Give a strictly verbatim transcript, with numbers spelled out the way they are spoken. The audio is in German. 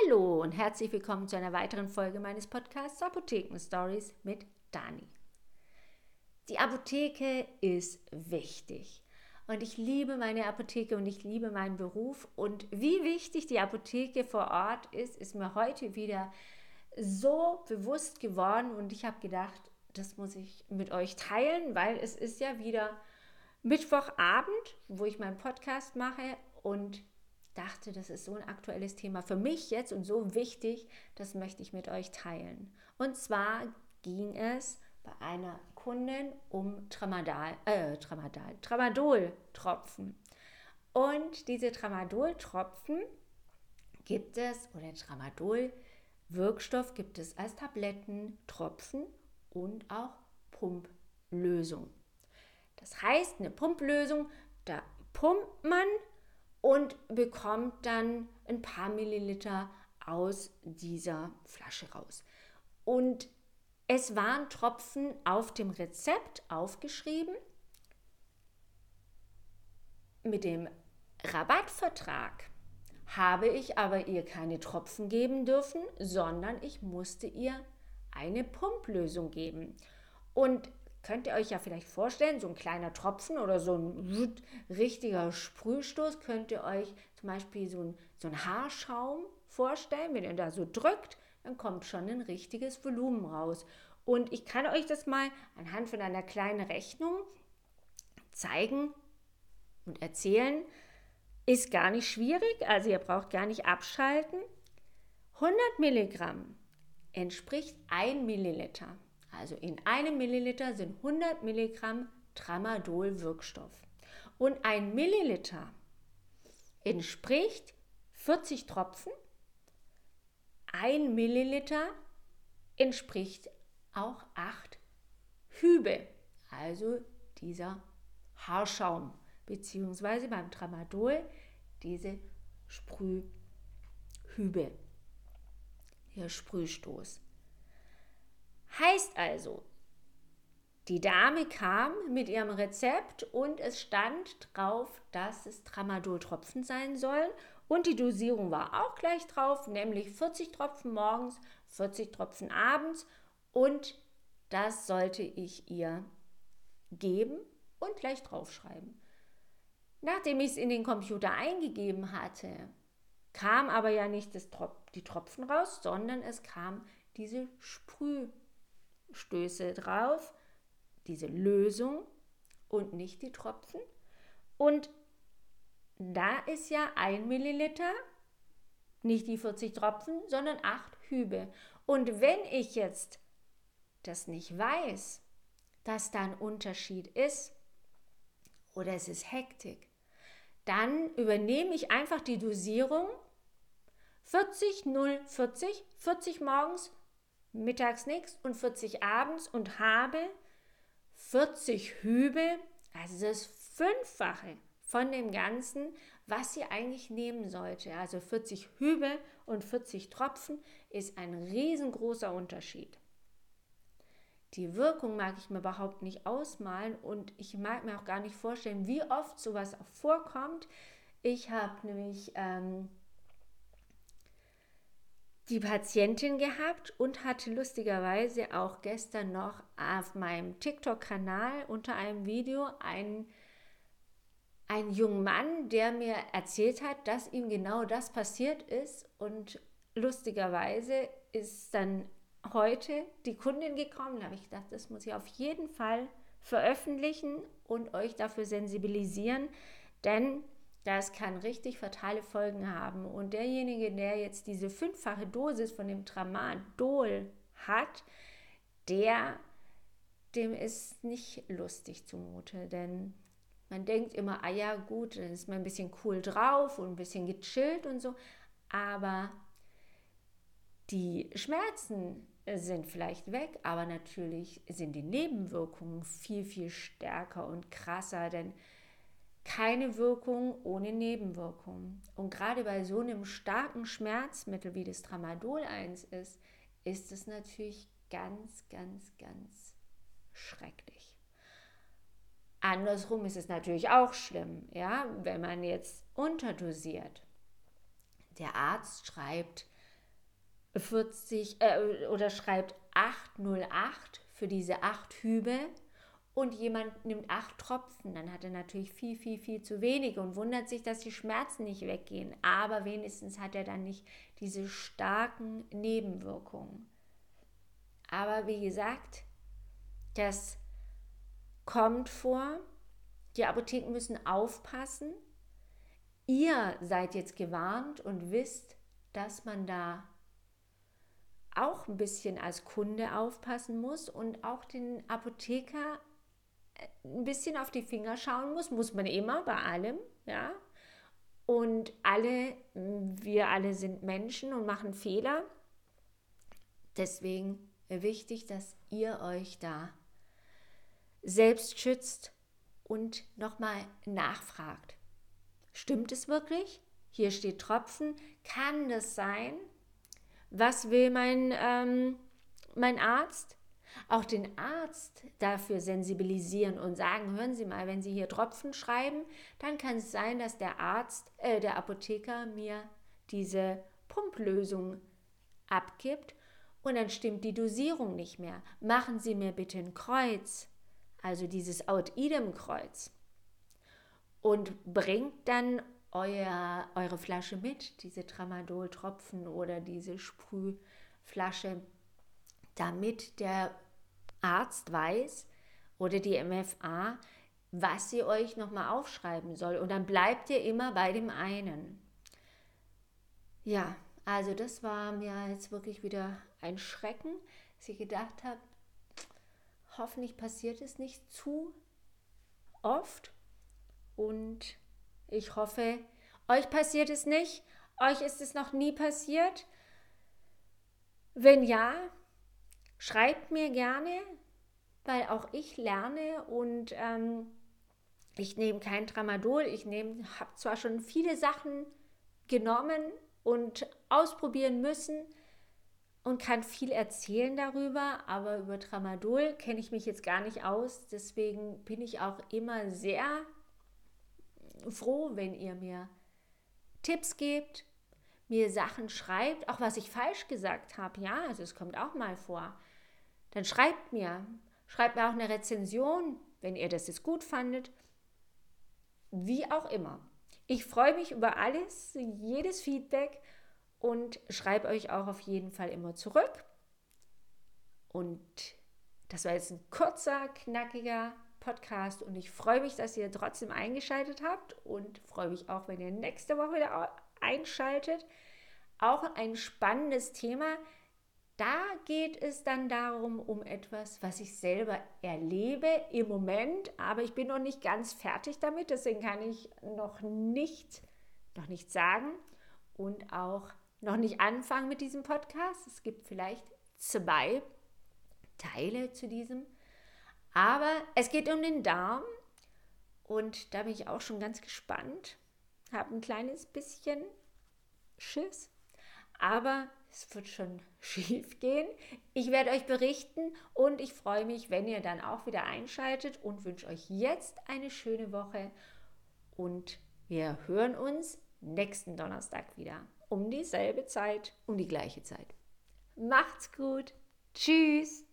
Hallo und herzlich willkommen zu einer weiteren Folge meines Podcasts Apotheken Stories mit Dani. Die Apotheke ist wichtig und ich liebe meine Apotheke und ich liebe meinen Beruf, und wie wichtig die Apotheke vor Ort ist, ist mir heute wieder so bewusst geworden, und ich habe gedacht, das muss ich mit euch teilen, weil es ist ja wieder Mittwochabend, wo ich meinen Podcast mache, und dachte, das ist so ein aktuelles Thema für mich jetzt und so wichtig, das möchte ich mit euch teilen. Und zwar ging es bei einer Kundin um Tramadol, äh, Tramadol, Tramadol-Tropfen. Und diese Tramadol-Tropfen gibt es, oder Tramadol-Wirkstoff gibt es als Tabletten, Tropfen und auch Pumplösung. Das heißt, eine Pumplösung, da pumpt man und bekommt dann ein paar Milliliter aus dieser Flasche raus. Und es waren Tropfen auf dem Rezept aufgeschrieben. Mit dem Rabattvertrag habe ich aber ihr keine Tropfen geben dürfen, sondern ich musste ihr eine Pumplösung geben. Und könnt ihr euch ja vielleicht vorstellen, so ein kleiner Tropfen oder so ein richtiger Sprühstoß, könnt ihr euch zum Beispiel so ein, so ein Haarschaum vorstellen. Wenn ihr da so drückt, dann kommt schon ein richtiges Volumen raus. Und ich kann euch das mal anhand von einer kleinen Rechnung zeigen und erzählen. Ist gar nicht schwierig, also ihr braucht gar nicht abschalten. hundert Milligramm entspricht ein Milliliter. Also in einem Milliliter sind hundert Milligramm Tramadol-Wirkstoff. Und ein Milliliter entspricht vierzig Tropfen. Ein Milliliter entspricht auch acht Hübe, also dieser Haarschaum, beziehungsweise beim Tramadol diese Sprühhübe, der Sprühstoß. Heißt also, die Dame kam mit ihrem Rezept und es stand drauf, dass es Tramadol-Tropfen sein sollen, und die Dosierung war auch gleich drauf, nämlich vierzig Tropfen morgens, vierzig Tropfen abends, und das sollte ich ihr geben und gleich draufschreiben. Nachdem ich es in den Computer eingegeben hatte, kam aber ja nicht das Trop- die Tropfen raus, sondern es kam diese Sprühstöße drauf, diese Lösung und nicht die Tropfen. Und da ist ja ein Milliliter, nicht die vierzig Tropfen, sondern acht Hübe. Und wenn ich jetzt das nicht weiß, dass da ein Unterschied ist oder es ist Hektik, dann übernehme ich einfach die Dosierung vierzig, null, vierzig, vierzig morgens, mittags nichts und vierzig abends und habe vierzig Hübe, also das Fünffache von dem Ganzen, was sie eigentlich nehmen sollte. Also vierzig Hübe und vierzig Tropfen ist ein riesengroßer Unterschied. Die Wirkung mag ich mir überhaupt nicht ausmalen, und ich mag mir auch gar nicht vorstellen, wie oft sowas auch vorkommt. Ich habe nämlich ähm, die Patientin gehabt und hatte lustigerweise auch gestern noch auf meinem TikTok-Kanal unter einem Video einen, einen jungen Mann, der mir erzählt hat, dass ihm genau das passiert ist, und lustigerweise ist dann heute die Kundin gekommen. Da habe ich gedacht, das muss ich auf jeden Fall veröffentlichen und euch dafür sensibilisieren, denn das kann richtig fatale Folgen haben. Und derjenige, der jetzt diese fünffache Dosis von dem Tramadol hat, der, dem ist nicht lustig zumute, denn man denkt immer, ah ja gut, dann ist man ein bisschen cool drauf und ein bisschen gechillt und so, aber die Schmerzen sind vielleicht weg, aber natürlich sind die Nebenwirkungen viel, viel stärker und krasser, denn keine Wirkung ohne Nebenwirkung. Und gerade bei so einem starken Schmerzmittel, wie das Tramadol eins ist, ist es natürlich ganz, ganz, ganz schrecklich. Andersrum ist es natürlich auch schlimm, ja, wenn man jetzt unterdosiert. Der Arzt schreibt vierzig äh, oder schreibt achthundertacht für diese acht Hübe und jemand nimmt acht Tropfen, dann hat er natürlich viel, viel, viel zu wenig und wundert sich, dass die Schmerzen nicht weggehen. Aber wenigstens hat er dann nicht diese starken Nebenwirkungen. Aber wie gesagt, das kommt vor. Die Apotheken müssen aufpassen. Ihr seid jetzt gewarnt und wisst, dass man da auch ein bisschen als Kunde aufpassen muss und auch den Apotheker ein bisschen auf die Finger schauen muss, muss man immer bei allem, ja. Und alle, wir alle sind Menschen und machen Fehler. Deswegen wichtig, dass ihr euch da selbst schützt und nochmal nachfragt. Stimmt es wirklich? Hier steht Tropfen. Kann das sein? Was will mein, ähm, mein Arzt? Auch den Arzt dafür sensibilisieren und sagen, hören Sie mal, wenn Sie hier Tropfen schreiben, dann kann es sein, dass der Arzt, äh, der Apotheker mir diese Pumplösung abgibt und dann stimmt die Dosierung nicht mehr. Machen Sie mir bitte ein Kreuz, also dieses Out-Idem-Kreuz und bringt dann euer, eure Flasche mit, diese Tramadol-Tropfen oder diese Sprühflasche, damit der Arzt weiß oder die M F A, was sie euch nochmal aufschreiben soll. Und dann bleibt ihr immer bei dem einen. Ja, also das war mir jetzt wirklich wieder ein Schrecken, dass ich gedacht habe, hoffentlich passiert es nicht zu oft. Und ich hoffe, euch passiert es nicht. Euch ist es noch nie passiert. Wenn ja, schreibt mir gerne, weil auch ich lerne und ähm, ich nehme kein Tramadol. Ich habe zwar schon viele Sachen genommen und ausprobieren müssen und kann viel erzählen darüber, aber über Tramadol kenne ich mich jetzt gar nicht aus. Deswegen bin ich auch immer sehr froh, wenn ihr mir Tipps gebt, mir Sachen schreibt, auch was ich falsch gesagt habe. Ja, also es kommt auch mal vor. Dann schreibt mir, schreibt mir auch eine Rezension, wenn ihr das jetzt gut fandet. Wie auch immer. Ich freue mich über alles, jedes Feedback und schreibe euch auch auf jeden Fall immer zurück. Und das war jetzt ein kurzer, knackiger Podcast und ich freue mich, dass ihr trotzdem eingeschaltet habt und freue mich auch, wenn ihr nächste Woche wieder einschaltet. Auch ein spannendes Thema. Da geht es dann darum, um etwas, was ich selber erlebe im Moment, aber ich bin noch nicht ganz fertig damit, deswegen kann ich noch nicht, noch nicht sagen und auch noch nicht anfangen mit diesem Podcast. Es gibt vielleicht zwei Teile zu diesem, aber es geht um den Darm und da bin ich auch schon ganz gespannt, habe ein kleines bisschen Schiss, aber es wird schon schief gehen. Ich werde euch berichten und ich freue mich, wenn ihr dann auch wieder einschaltet und wünsche euch jetzt eine schöne Woche und wir hören uns nächsten Donnerstag wieder um dieselbe Zeit, um die gleiche Zeit. Macht's gut. Tschüss.